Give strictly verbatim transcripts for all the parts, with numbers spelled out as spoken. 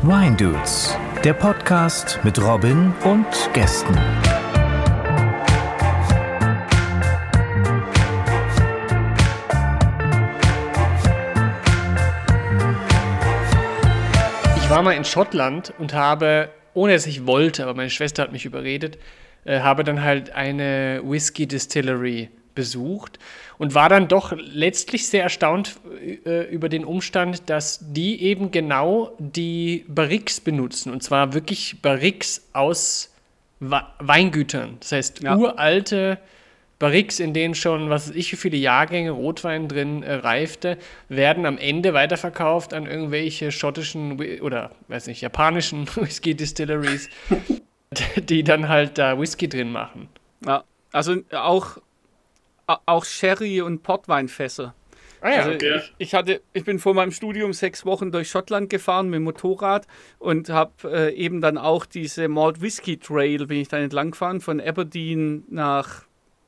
Wine Dudes, der Podcast mit Robin und Gästen. Ich war mal in Schottland und habe, ohne dass ich wollte, aber meine Schwester hat mich überredet, äh, habe dann halt eine Whisky Distillery besucht und war dann doch letztlich sehr erstaunt äh, über den Umstand, dass die eben genau die Barriques benutzen. Und zwar wirklich Barriques aus We- Weingütern. Das heißt, ja. uralte Barriques, in denen schon, was weiß ich, wie viele Jahrgänge Rotwein drin äh, reifte, werden am Ende weiterverkauft an irgendwelche schottischen oder, weiß nicht, japanischen Whisky-Distilleries, die dann halt da Whisky drin machen. Ja, also auch, auch Sherry- und Portweinfässer. Ah ja, also okay. ich, ich, hatte, ich bin vor meinem Studium sechs Wochen durch Schottland gefahren mit dem Motorrad und habe äh, eben dann auch diese Malt Whisky Trail, bin ich da entlang gefahren, von Aberdeen nach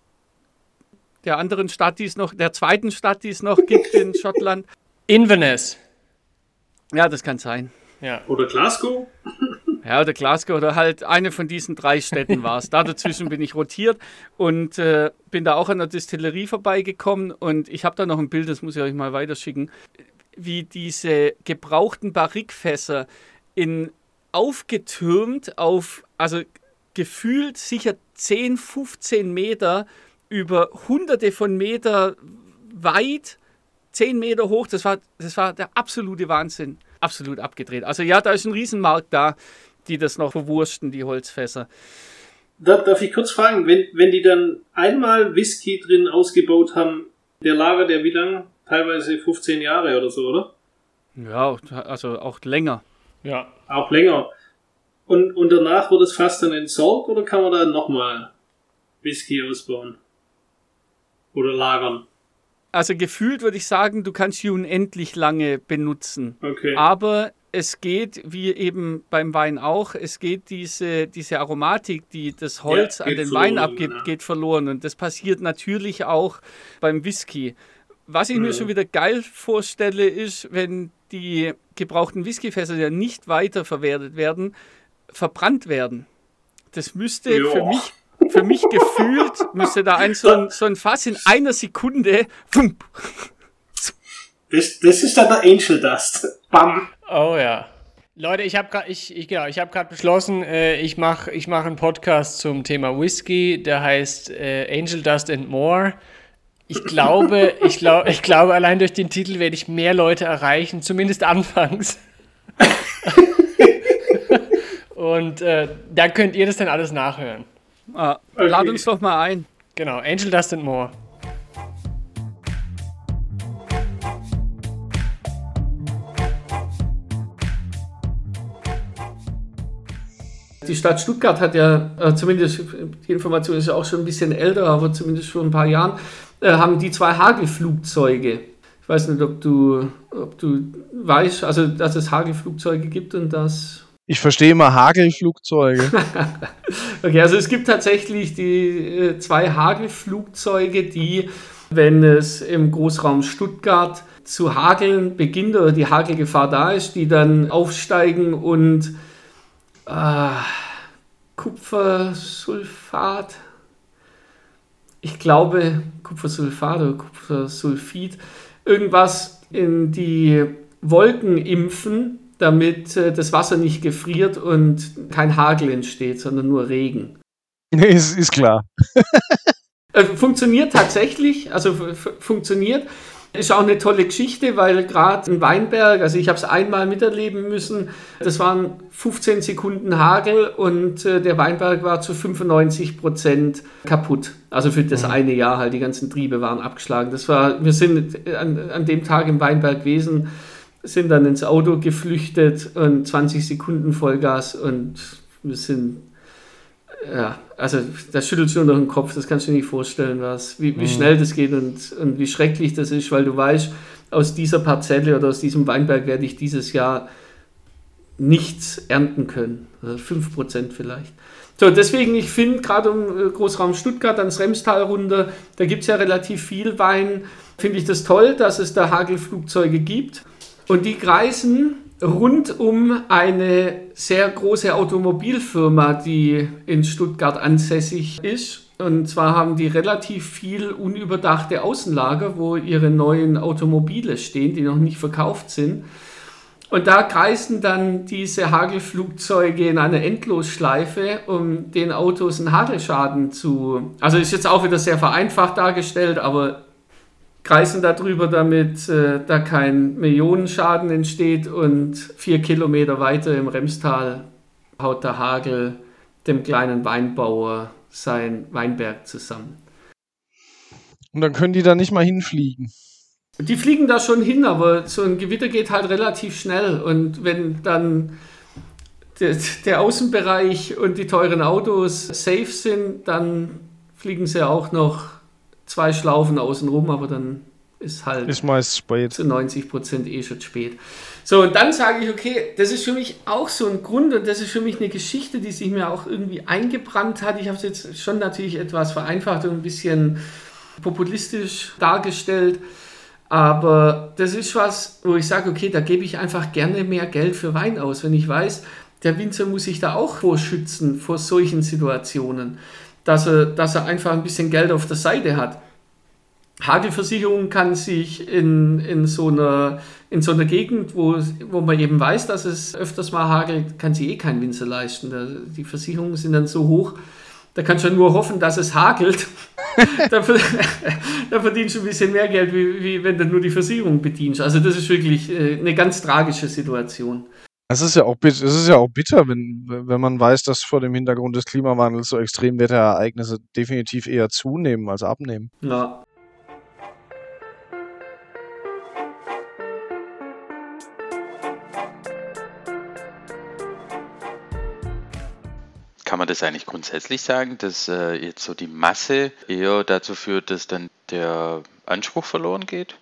der anderen Stadt, die es noch, der zweiten Stadt, die es noch gibt in Schottland. Inverness. Ja, das kann sein. Ja. Oder Glasgow. Ja, oder Glasgow oder halt eine von diesen drei Städten war es. Da dazwischen bin ich rotiert und äh, bin da auch an der Distillerie vorbeigekommen und ich habe da noch ein Bild, das muss ich euch mal weiterschicken, wie diese gebrauchten Barrique-Fässer in aufgetürmt auf, also gefühlt sicher zehn, fünfzehn Meter über hunderte von Meter weit, zehn Meter hoch, das war, das war der absolute Wahnsinn. Absolut abgedreht. Also ja, da ist ein Riesenmarkt da, die das noch verwursten, die Holzfässer. Da, darf ich kurz fragen, wenn, wenn die dann einmal Whisky drin ausgebaut haben, der lagert ja wie lang? Teilweise fünfzehn Jahre oder so, oder? Ja, also auch länger. Ja. Auch länger. Und, und danach wird das Fass dann entsorgt oder kann man da nochmal Whisky ausbauen? Oder lagern? Also gefühlt würde ich sagen, du kannst sie unendlich lange benutzen. Okay. Aber es geht, wie eben beim Wein auch, es geht diese, diese Aromatik, die das Holz ja, an den Wein abgibt, ja. geht verloren. Und das passiert natürlich auch beim Whisky. Was ich mhm. mir schon wieder geil vorstelle, ist, wenn die gebrauchten Whiskyfässer ja nicht weiterverwertet werden, verbrannt werden. Das müsste jo. für mich... Für mich gefühlt müsste da ein so, ein so ein Fass in einer Sekunde. Das, das ist dann der Angel Dust. Bam. Oh ja. Leute, ich habe gerade ich, ich, genau, ich hab gerade beschlossen, äh, ich mache ich mach einen Podcast zum Thema Whisky, der heißt äh, Angel Dust and More. Ich glaube, ich, glaub, ich glaube, allein durch den Titel werde ich mehr Leute erreichen, zumindest anfangs. Und äh, da könnt ihr das dann alles nachhören. Ah, okay. Lad uns doch mal ein. Genau, Angel Dust and More. Die Stadt Stuttgart hat ja, äh, zumindest, die Information ist ja auch schon ein bisschen älter, aber zumindest schon ein paar Jahren, äh, haben die zwei Hagelflugzeuge. Ich weiß nicht, ob du, ob du weißt, also dass es Hagelflugzeuge gibt und dass... Ich verstehe immer Hagelflugzeuge. Okay, also es gibt tatsächlich die äh, zwei Hagelflugzeuge, die, wenn es im Großraum Stuttgart zu hageln beginnt oder die Hagelgefahr da ist, die dann aufsteigen und äh, Kupfersulfat, ich glaube Kupfersulfat oder Kupfersulfid, irgendwas in die Wolken impfen, damit äh, das Wasser nicht gefriert und kein Hagel entsteht, sondern nur Regen. Nee, ist, ist klar. äh, funktioniert tatsächlich, also f- funktioniert. Ist auch eine tolle Geschichte, weil gerade in Weinberg, also ich habe es einmal miterleben müssen, das waren fünfzehn Sekunden Hagel und äh, der Weinberg war zu fünfundneunzig Prozent kaputt. Also für das mhm. eine Jahr halt, die ganzen Triebe waren abgeschlagen. Das war, wir sind an, an dem Tag im Weinberg gewesen, sind dann ins Auto geflüchtet und zwanzig Sekunden Vollgas und wir sind, ja, also das schüttelt schon durch den Kopf, das kannst du dir nicht vorstellen, was, wie, wie schnell das geht und, und wie schrecklich das ist, weil du weißt, aus dieser Parzelle oder aus diesem Weinberg werde ich dieses Jahr nichts ernten können, also fünf Prozent vielleicht. So, deswegen, ich finde, gerade um Großraum Stuttgart ans Remstal runter, da gibt es ja relativ viel Wein, finde ich das toll, dass es da Hagelflugzeuge gibt. Und die kreisen rund um eine sehr große Automobilfirma, die in Stuttgart ansässig ist. Und zwar haben die relativ viel unüberdachte Außenlager, wo ihre neuen Automobile stehen, die noch nicht verkauft sind. Und da kreisen dann diese Hagelflugzeuge in einer Endlosschleife, um den Autos einen Hagelschaden zu... Also ist jetzt auch wieder sehr vereinfacht dargestellt, aber kreisen darüber, damit äh, da kein Millionenschaden entsteht, und vier Kilometer weiter im Remstal haut der Hagel dem kleinen Weinbauer sein Weinberg zusammen. Und dann können die da nicht mal hinfliegen. Die fliegen da schon hin, aber so ein Gewitter geht halt relativ schnell. Und wenn dann der, der Außenbereich und die teuren Autos safe sind, dann fliegen sie auch noch zwei Schlaufen außen rum, aber dann ist halt ist meist spät. Zu neunzig Prozent eh schon spät. So, und dann sage ich, okay, das ist für mich auch so ein Grund, und das ist für mich eine Geschichte, die sich mir auch irgendwie eingebrannt hat. Ich habe es jetzt schon natürlich etwas vereinfacht und ein bisschen populistisch dargestellt, aber das ist was, wo ich sage, okay, da gebe ich einfach gerne mehr Geld für Wein aus, wenn ich weiß, der Winzer muss sich da auch vorschützen vor solchen Situationen, dass er, dass er einfach ein bisschen Geld auf der Seite hat. Hagelversicherung kann sich in, in, so einer, in so einer Gegend, wo, wo man eben weiß, dass es öfters mal hagelt, kann sich eh kein Winzer leisten. Da, die Versicherungen sind dann so hoch, da kannst du ja nur hoffen, dass es hagelt. da, da verdienst du ein bisschen mehr Geld, wie, wie wenn du nur die Versicherung bedienst. Also das ist wirklich äh, eine ganz tragische Situation. Es ist ja auch, es ist ja auch bitter, wenn, wenn man weiß, dass vor dem Hintergrund des Klimawandels so Extremwetterereignisse definitiv eher zunehmen als abnehmen. Ja. Kann man das eigentlich grundsätzlich sagen, dass äh, jetzt so die Masse eher dazu führt, dass dann der Anspruch verloren geht?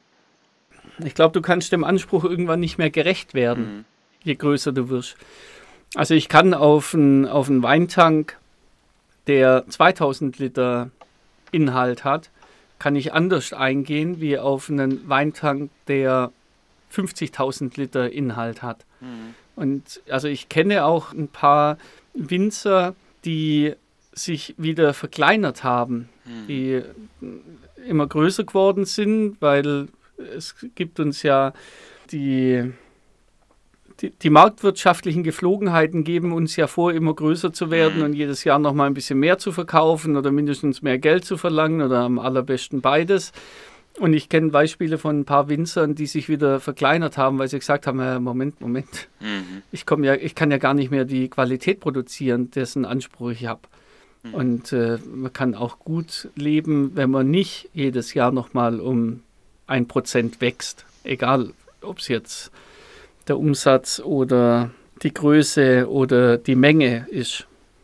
Ich glaube, du kannst dem Anspruch irgendwann nicht mehr gerecht werden, mhm. je größer du wirst. Also ich kann auf einen auf einen Weintank, der zweitausend Liter Inhalt hat, kann ich anders eingehen, wie auf einen Weintank, der fünfzigtausend Liter Inhalt hat. Mhm. Und also ich kenne auch ein paar Winzer, die sich wieder verkleinert haben, mhm. die immer größer geworden sind, weil es gibt uns ja die, die, die marktwirtschaftlichen Geflogenheiten geben uns ja vor, immer größer zu werden mhm. und jedes Jahr noch mal ein bisschen mehr zu verkaufen oder mindestens mehr Geld zu verlangen oder am allerbesten beides. Und ich kenne Beispiele von ein paar Winzern, die sich wieder verkleinert haben, weil sie gesagt haben, äh, Moment, Moment, mhm. ich, komm ja, ich kann ja gar nicht mehr die Qualität produzieren, dessen Anspruch ich habe. Mhm. Und äh, man kann auch gut leben, wenn man nicht jedes Jahr nochmal um ein Prozent wächst. Egal, ob es jetzt der Umsatz oder die Größe oder die Menge ist.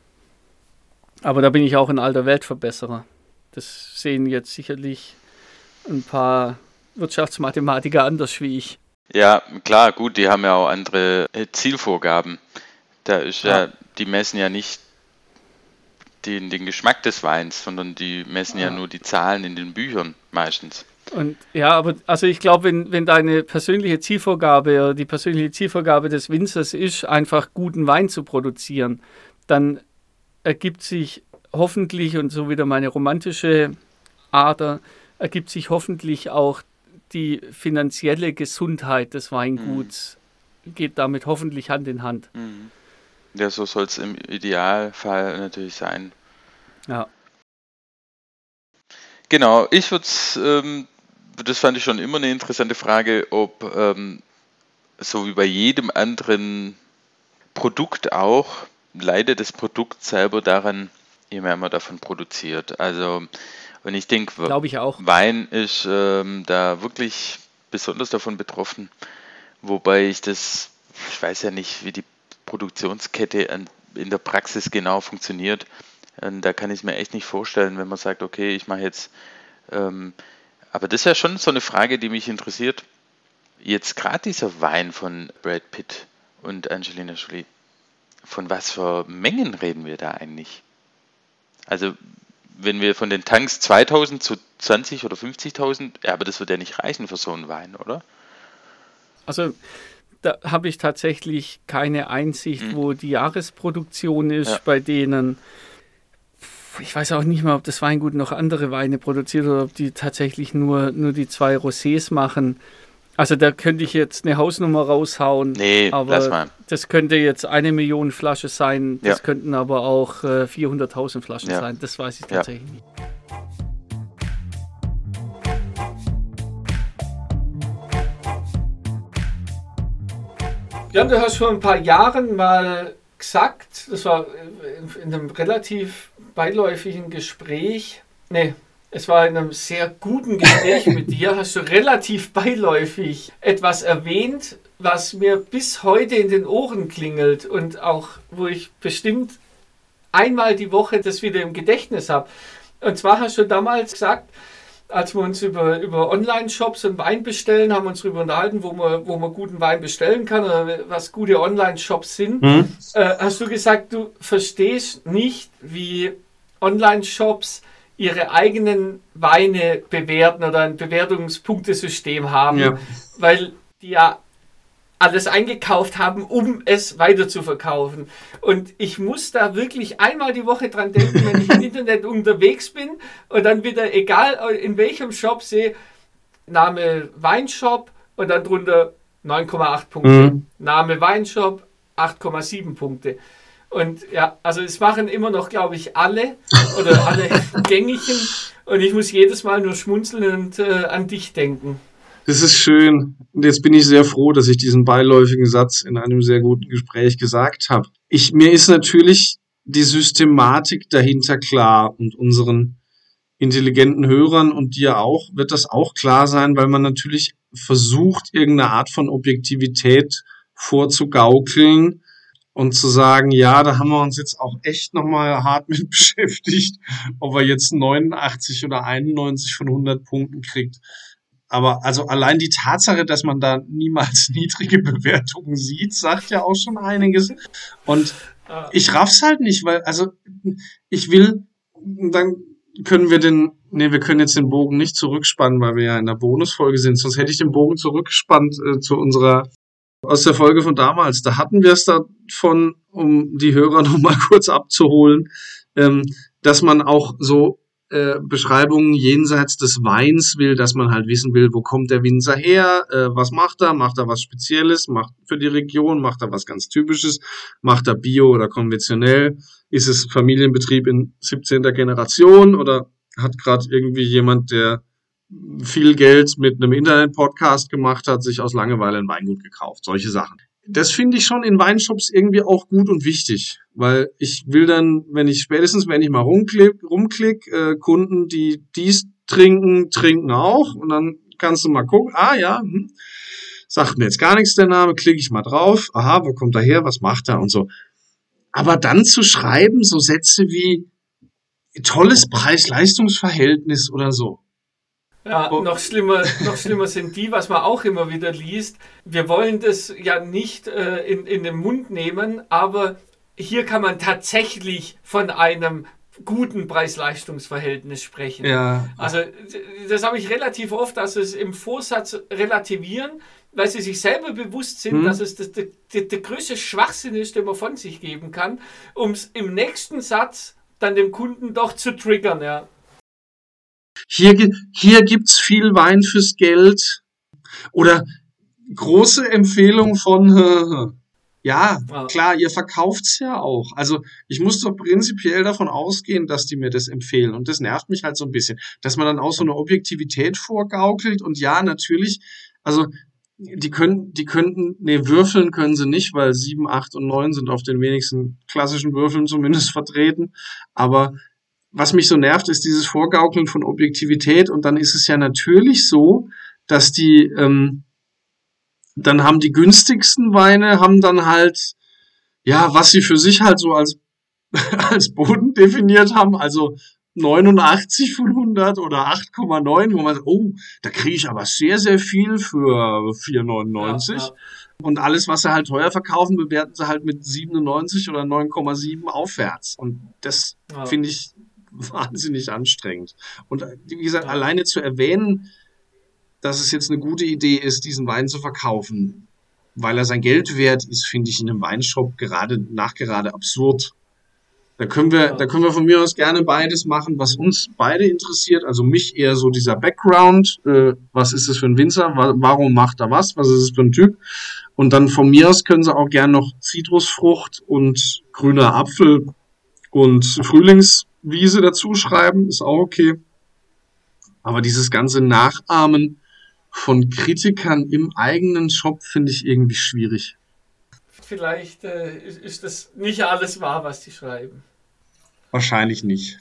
Aber da bin ich auch ein alter Weltverbesserer. Das sehen jetzt sicherlich ein paar Wirtschaftsmathematiker anders wie ich. Ja, klar, gut, die haben ja auch andere Zielvorgaben. Da ist ja, ja die messen ja nicht den, den Geschmack des Weins, sondern die messen ja. ja nur die Zahlen in den Büchern meistens. Und ja, aber also ich glaube, wenn, wenn deine persönliche Zielvorgabe, die persönliche Zielvorgabe des Winzers ist, einfach guten Wein zu produzieren, dann ergibt sich hoffentlich, und so wieder meine romantische Ader, ergibt sich hoffentlich auch die finanzielle Gesundheit des Weinguts, mhm. geht damit hoffentlich Hand in Hand. Mhm. Ja, so soll es im Idealfall natürlich sein. Ja. Genau, ich würde ähm, das fand ich schon immer eine interessante Frage, ob ähm, so wie bei jedem anderen Produkt auch, leidet das Produkt selber daran, je mehr man davon produziert. Also und ich denke, Wein ist ähm, da wirklich besonders davon betroffen, wobei ich das, ich weiß ja nicht, wie die Produktionskette an, in der Praxis genau funktioniert. Und da kann ich es mir echt nicht vorstellen, wenn man sagt, okay, ich mache jetzt, ähm, aber das ist ja schon so eine Frage, die mich interessiert. Jetzt gerade dieser Wein von Brad Pitt und Angelina Jolie, von was für Mengen reden wir da eigentlich? Also wenn wir von den Tanks zweitausend zu zwanzig oder fünfzigtausend, ja, aber das wird ja nicht reichen für so einen Wein, oder? Also da habe ich tatsächlich keine Einsicht, Mhm. wo die Jahresproduktion ist Ja. bei denen. Ich weiß auch nicht mal, ob das Weingut noch andere Weine produziert oder ob die tatsächlich nur, nur die zwei Rosés machen. Also da könnte ich jetzt eine Hausnummer raushauen. Nee, aber lass mal. das könnte jetzt eine Million Flasche sein. Das Ja. könnten aber auch äh, vierhunderttausend Flaschen Ja. sein. Das weiß ich Ja. tatsächlich nicht. Ja, du hast vor ein paar Jahren mal gesagt, das war in einem relativ beiläufigen Gespräch, nee, es war in einem sehr guten Gespräch mit dir, hast du relativ beiläufig etwas erwähnt, was mir bis heute in den Ohren klingelt und auch, wo ich bestimmt einmal die Woche das wieder im Gedächtnis habe. Und zwar hast du damals gesagt, als wir uns über, über Online-Shops und Wein bestellen, haben wir uns darüber unterhalten, wo man, wo man guten Wein bestellen kann oder was gute Online-Shops sind. Hm? Äh, hast du gesagt, du verstehst nicht, wie Online-Shops ihre eigenen Weine bewerten oder ein Bewertungspunktesystem haben, Ja. weil die ja alles eingekauft haben, um es weiter zu verkaufen. Und ich muss da wirklich einmal die Woche dran denken, wenn ich im Internet unterwegs bin und dann wieder, egal in welchem Shop sehe, Name Weinshop und dann drunter neun Komma acht Punkte. Mhm. Name Weinshop acht Komma sieben Punkte. Und ja, also es machen immer noch, glaube ich, alle oder alle gängigen und ich muss jedes Mal nur schmunzeln und äh, an dich denken. Das ist schön. Und jetzt bin ich sehr froh, dass ich diesen beiläufigen Satz in einem sehr guten Gespräch gesagt habe. Ich, mir ist natürlich die Systematik dahinter klar und unseren intelligenten Hörern und dir auch, wird das auch klar sein, weil man natürlich versucht, irgendeine Art von Objektivität vorzugaukeln und zu sagen, ja, da haben wir uns jetzt auch echt nochmal hart mit beschäftigt, ob er jetzt neunundachtzig oder einundneunzig von hundert Punkten kriegt. Aber also allein die Tatsache, dass man da niemals niedrige Bewertungen sieht, sagt ja auch schon einiges. Und ich raff's halt nicht, weil, also ich will, dann können wir den, nee, wir können jetzt den Bogen nicht zurückspannen, weil wir ja in der Bonusfolge sind, sonst hätte ich den Bogen zurückgespannt äh, zu unserer, aus der Folge von damals. Da hatten wir es davon, um die Hörer nochmal kurz abzuholen, ähm, dass man auch so Äh, Beschreibungen jenseits des Weins will, dass man halt wissen will, wo kommt der Winzer her, äh, was macht er, macht er was Spezielles, macht für die Region, macht er was ganz Typisches, macht er Bio oder konventionell, ist es Familienbetrieb in siebzehnter Generation oder hat gerade irgendwie jemand, der viel Geld mit einem Internet-Podcast gemacht hat, sich aus Langeweile ein Weingut gekauft, solche Sachen. Das finde ich schon in Weinshops irgendwie auch gut und wichtig, weil ich will dann, wenn ich spätestens, wenn ich mal rumklick, rumklick äh, Kunden, die dies trinken, trinken auch und dann kannst du mal gucken, ah ja, hm, sagt mir jetzt gar nichts der Name, klicke ich mal drauf, aha, wo kommt er her, was macht er und so. Aber dann zu schreiben, so Sätze wie tolles Preis-Leistungs-Verhältnis oder so. Ja, noch schlimmer, noch schlimmer sind die, was man auch immer wieder liest. Wir wollen das ja nicht äh, in, in den Mund nehmen, aber hier kann man tatsächlich von einem guten Preis-Leistungs-Verhältnis sprechen. Ja. Also das habe ich relativ oft, dass es im Vorsatz relativieren, weil sie sich selber bewusst sind, hm. dass es das, der, der, der größte Schwachsinn ist, den man von sich geben kann, um es im nächsten Satz dann dem Kunden doch zu triggern, ja. Hier, hier gibt's viel Wein fürs Geld. Oder große Empfehlung von, ja, klar, ihr verkauft's ja auch. Also ich muss doch prinzipiell davon ausgehen, dass die mir das empfehlen. Und das nervt mich halt so ein bisschen, dass man dann auch so eine Objektivität vorgaukelt. Und ja, natürlich, also die können, die könnten, nee, würfeln können sie nicht, weil sieben, acht und neun sind auf den wenigsten klassischen Würfeln zumindest vertreten. Aber was mich so nervt, ist dieses Vorgaukeln von Objektivität und dann ist es ja natürlich so, dass die, ähm, dann haben die günstigsten Weine, haben dann halt, ja, was sie für sich halt so als, als Boden definiert haben, also neunundachtzig von hundert oder acht Komma neun, wo man sagt, oh, da kriege ich aber sehr, sehr viel für vier neunundneunzig. Ja, ja. Und alles, was sie halt teuer verkaufen, bewerten sie halt mit siebenundneunzig oder neun Komma sieben aufwärts. Und das ja. finde ich wahnsinnig anstrengend. Und wie gesagt, ja. alleine zu erwähnen, dass es jetzt eine gute Idee ist, diesen Wein zu verkaufen, weil er sein Geld wert ist, finde ich in einem Weinshop gerade nachgerade absurd. Da können wir, da können wir von mir aus gerne beides machen, was uns beide interessiert. Also mich eher so dieser Background, äh, was ist das für ein Winzer, wa- warum macht er was, was ist es für ein Typ? Und dann von mir aus können sie auch gerne noch Zitrusfrucht und grüner Apfel und Frühlingswiese dazu schreiben, ist auch okay. Aber dieses ganze Nachahmen von Kritikern im eigenen Shop finde ich irgendwie schwierig. Vielleicht äh, ist, ist das nicht alles wahr, was die schreiben. Wahrscheinlich nicht.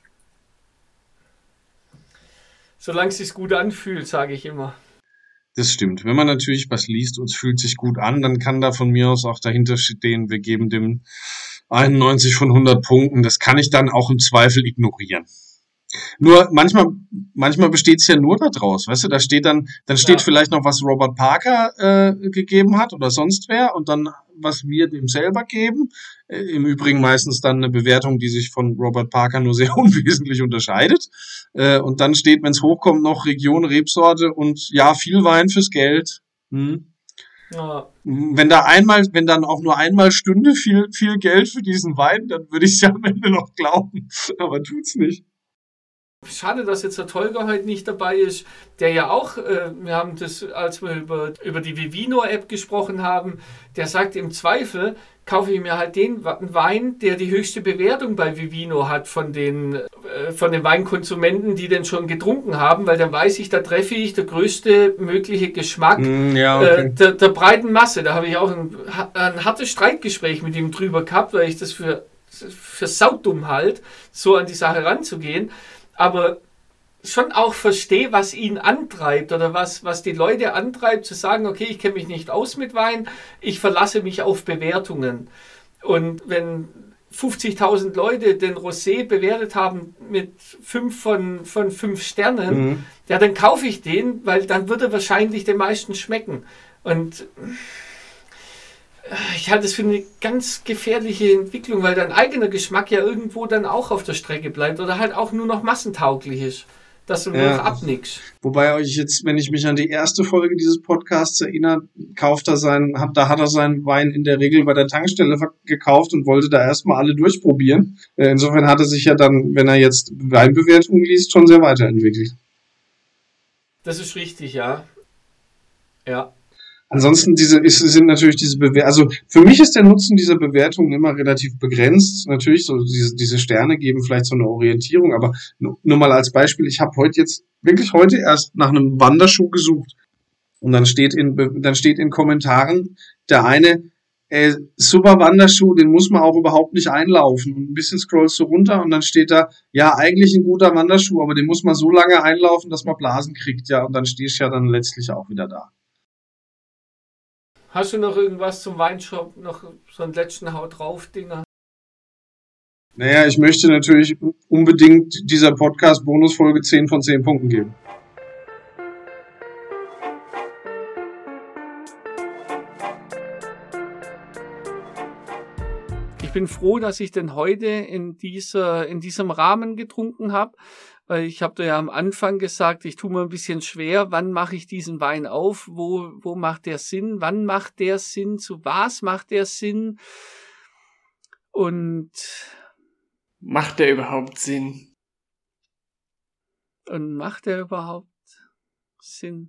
Solange es sich gut anfühlt, sage ich immer. Das stimmt. Wenn man natürlich was liest und es fühlt sich gut an, dann kann da von mir aus auch dahinter stehen, wir geben dem einundneunzig von hundert Punkten. Das kann ich dann auch im Zweifel ignorieren. Nur manchmal, manchmal besteht es ja nur daraus, weißt du, da steht dann, dann steht Ja. vielleicht noch, was Robert Parker äh, gegeben hat oder sonst wer und dann, was wir dem selber geben. Äh, Im Übrigen meistens dann eine Bewertung, die sich von Robert Parker nur sehr unwesentlich unterscheidet. Äh, und dann steht, wenn es hochkommt, noch Region, Rebsorte und ja, viel Wein fürs Geld. Hm. Ja. Wenn da einmal, wenn dann auch nur einmal stünde viel, viel Geld für diesen Wein, dann würde ich es ja am Ende noch glauben. Aber tut's nicht. Schade, dass jetzt der Tolga heute nicht dabei ist, der ja auch, äh, wir haben das, als wir über, über die Vivino-App gesprochen haben, der sagt, im Zweifel kaufe ich mir halt den Wein, der die höchste Bewertung bei Vivino hat von den, äh, von den Weinkonsumenten, die den schon getrunken haben, weil dann weiß ich, da treffe ich der größte mögliche Geschmack Mm, ja, äh, okay. der, der breiten Masse. Da habe ich auch ein, ein hartes Streitgespräch mit ihm drüber gehabt, weil ich das für, für saudumm halt, so an die Sache ranzugehen. Aber schon auch verstehe, was ihn antreibt oder was, was die Leute antreibt, zu sagen, okay, ich kenne mich nicht aus mit Wein, ich verlasse mich auf Bewertungen. Und wenn fünfzigtausend Leute den Rosé bewertet haben mit fünf von, von fünf Sternen, Mhm. ja, dann kaufe ich den, weil dann würde er wahrscheinlich den meisten schmecken. Und ich halte es für eine ganz gefährliche Entwicklung, weil dein eigener Geschmack ja irgendwo dann auch auf der Strecke bleibt oder halt auch nur noch massentauglich ist, dass du nur Ja. noch abnickst. Wobei euch jetzt, wenn ich mich an die erste Folge dieses Podcasts erinnere, kauft er seinen, hat, da hat er seinen Wein in der Regel bei der Tankstelle ver- gekauft und wollte da erstmal alle durchprobieren. Äh, Insofern hat er sich ja dann, wenn er jetzt Weinbewertungen liest, schon sehr weiterentwickelt. Das ist richtig, ja. Ja. Ansonsten diese, ist, sind natürlich diese Bewertungen, also für mich ist der Nutzen dieser Bewertungen immer relativ begrenzt. Natürlich, so diese, diese Sterne geben vielleicht so eine Orientierung, aber nur, nur mal als Beispiel, ich habe heute jetzt, wirklich heute erst nach einem Wanderschuh gesucht. Und dann steht in, Be- dann steht in Kommentaren der eine, äh, super Wanderschuh, den muss man auch überhaupt nicht einlaufen. Und ein bisschen scrollst du runter und dann steht da, ja, eigentlich ein guter Wanderschuh, aber den muss man so lange einlaufen, dass man Blasen kriegt, ja, und dann stehst du ja dann letztlich auch wieder da. Hast du noch irgendwas zum Weinshop, noch so einen letzten Haut drauf Dinger? Naja, ich möchte natürlich unbedingt dieser Podcast-Bonusfolge zehn von zehn Punkten geben. Ich bin froh, dass ich den heute in dieser, in diesem Rahmen getrunken habe, weil ich habe da ja am Anfang gesagt, ich tue mir ein bisschen schwer, wann mache ich diesen Wein auf, wo, wo macht der Sinn, wann macht der Sinn, zu was macht der Sinn und, Macht der überhaupt Sinn? und macht der überhaupt Sinn?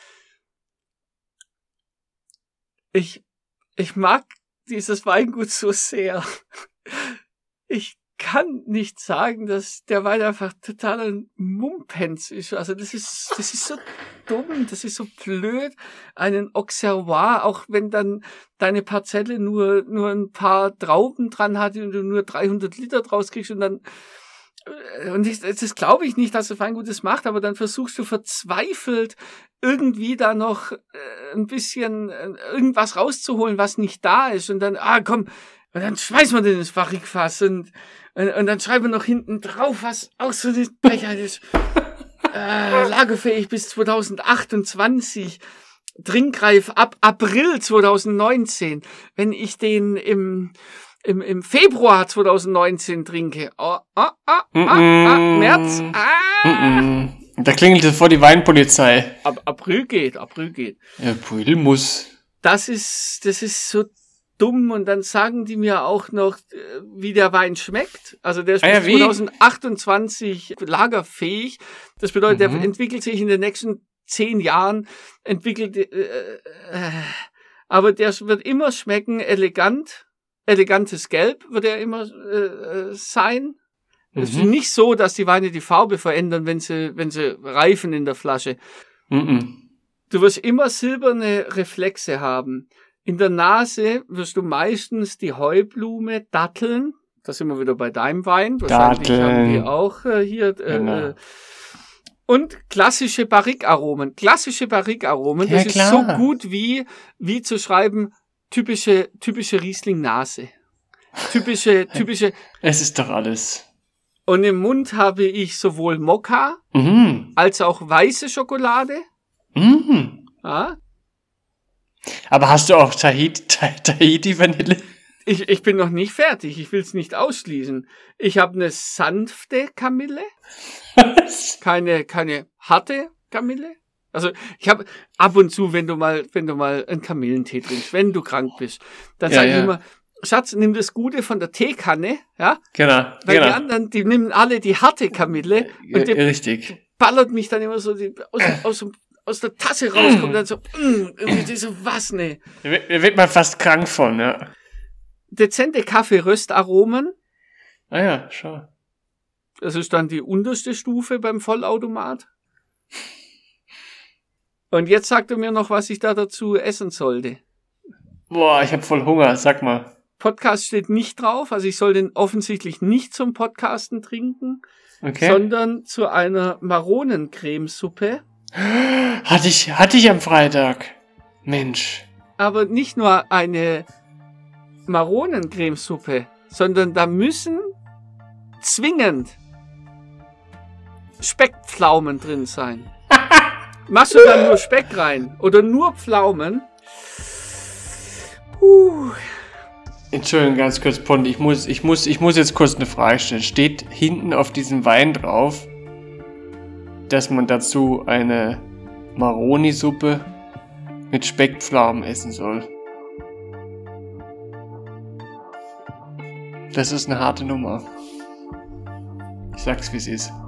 Ich, ich mag dieses Weingut so sehr. Ich kann nicht sagen, dass der Wein einfach totaler Mumpens ist. Also das ist, das ist so dumm, das ist so blöd. Einen Auxerrois, auch wenn dann deine Parzelle nur, nur ein paar Trauben dran hat und du nur dreihundert Liter draus kriegst und dann, und ich, das glaube ich nicht, dass das Weingut das macht, aber dann versuchst du verzweifelt irgendwie da noch äh, ein bisschen äh, irgendwas rauszuholen, was nicht da ist und dann, ah komm, und dann schmeißen wir den ins Barrikfass und, und, und dann schreiben wir noch hinten drauf, was auch so eine Frechheit ist. äh, lagerfähig bis zweitausendachtundzwanzig, trinkreif ab April zweitausendneunzehn. Wenn ich den im Im, im Februar zweitausendneunzehn trinke. Oh, oh, oh, oh, oh, März. Ah. Da klingelt sofort die Weinpolizei. Ab, April geht, April geht. April muss. das ist, das ist so dumm. Und dann sagen die mir auch noch, wie der Wein schmeckt. Also der ist Ah ja, bis wie? zwanzig achtundzwanzig lagerfähig. Das bedeutet, Mhm. der entwickelt sich in den nächsten zehn Jahren, entwickelt, äh, äh, aber der wird immer schmecken, elegant, elegantes Gelb wird er immer äh, sein. Es ist Mhm. nicht so, dass die Weine die Farbe verändern, wenn sie, wenn sie reifen in der Flasche. Mhm. Du wirst immer silberne Reflexe haben. In der Nase wirst du meistens die Heublume, Datteln, da sind wir wieder bei deinem Wein, wahrscheinlich Datteln. haben die auch äh, hier, äh, Genau. äh, und klassische Barrique-Aromen. Klassische Barrique-Aromen, Ja, das ist klar. so gut wie, wie zu schreiben, typische, typische Riesling-Nase. Typische, typische, Es ist doch alles. und im Mund habe ich sowohl Mokka Mhm. als auch weiße Schokolade. Mhm. Ja, Aber hast du auch Tahiti, Ta- Tahiti-Vanille? ich, ich bin noch nicht fertig, ich will es nicht ausschließen. Ich habe eine sanfte Kamille, keine, keine harte Kamille. Also ich habe ab und zu, wenn du mal, wenn du mal einen Kamillentee trinkst, wenn du krank bist, dann Ja, sage ich ja. immer, Schatz, nimm das Gute von der Teekanne, ja, Genau, weil genau. die anderen, die nehmen alle die harte Kamille und die Äh, Richtig. ballert mich dann immer so die, aus, aus, dem- aus der Tasse rauskommt dann so, mm, irgendwie diese was, ne. Da wird, da wird man fast krank von, ja. Dezente Kaffee-Röstaromen, Ah ja, schau. das ist dann die unterste Stufe beim Vollautomat. Und jetzt sagt er mir noch, was ich da dazu essen sollte. Boah, ich hab voll Hunger, sag mal. Podcast steht nicht drauf, also ich soll den offensichtlich nicht zum Podcasten trinken, Okay. sondern zu einer Maronencremesuppe. Hatte ich, hatte ich am Freitag. Mensch. Aber nicht nur eine Maronencremesuppe, sondern da müssen zwingend Speckpflaumen drin sein. Machst du dann nur Speck rein oder nur Pflaumen? Uh, Entschuldigung, ganz kurz, Pond, ich muss, ich muss, ich muss jetzt kurz eine Frage stellen. Steht hinten auf diesem Wein drauf, dass man dazu eine Maroni-Suppe mit Speckpflaumen essen soll? Das ist eine harte Nummer. Ich sag's, wie es ist.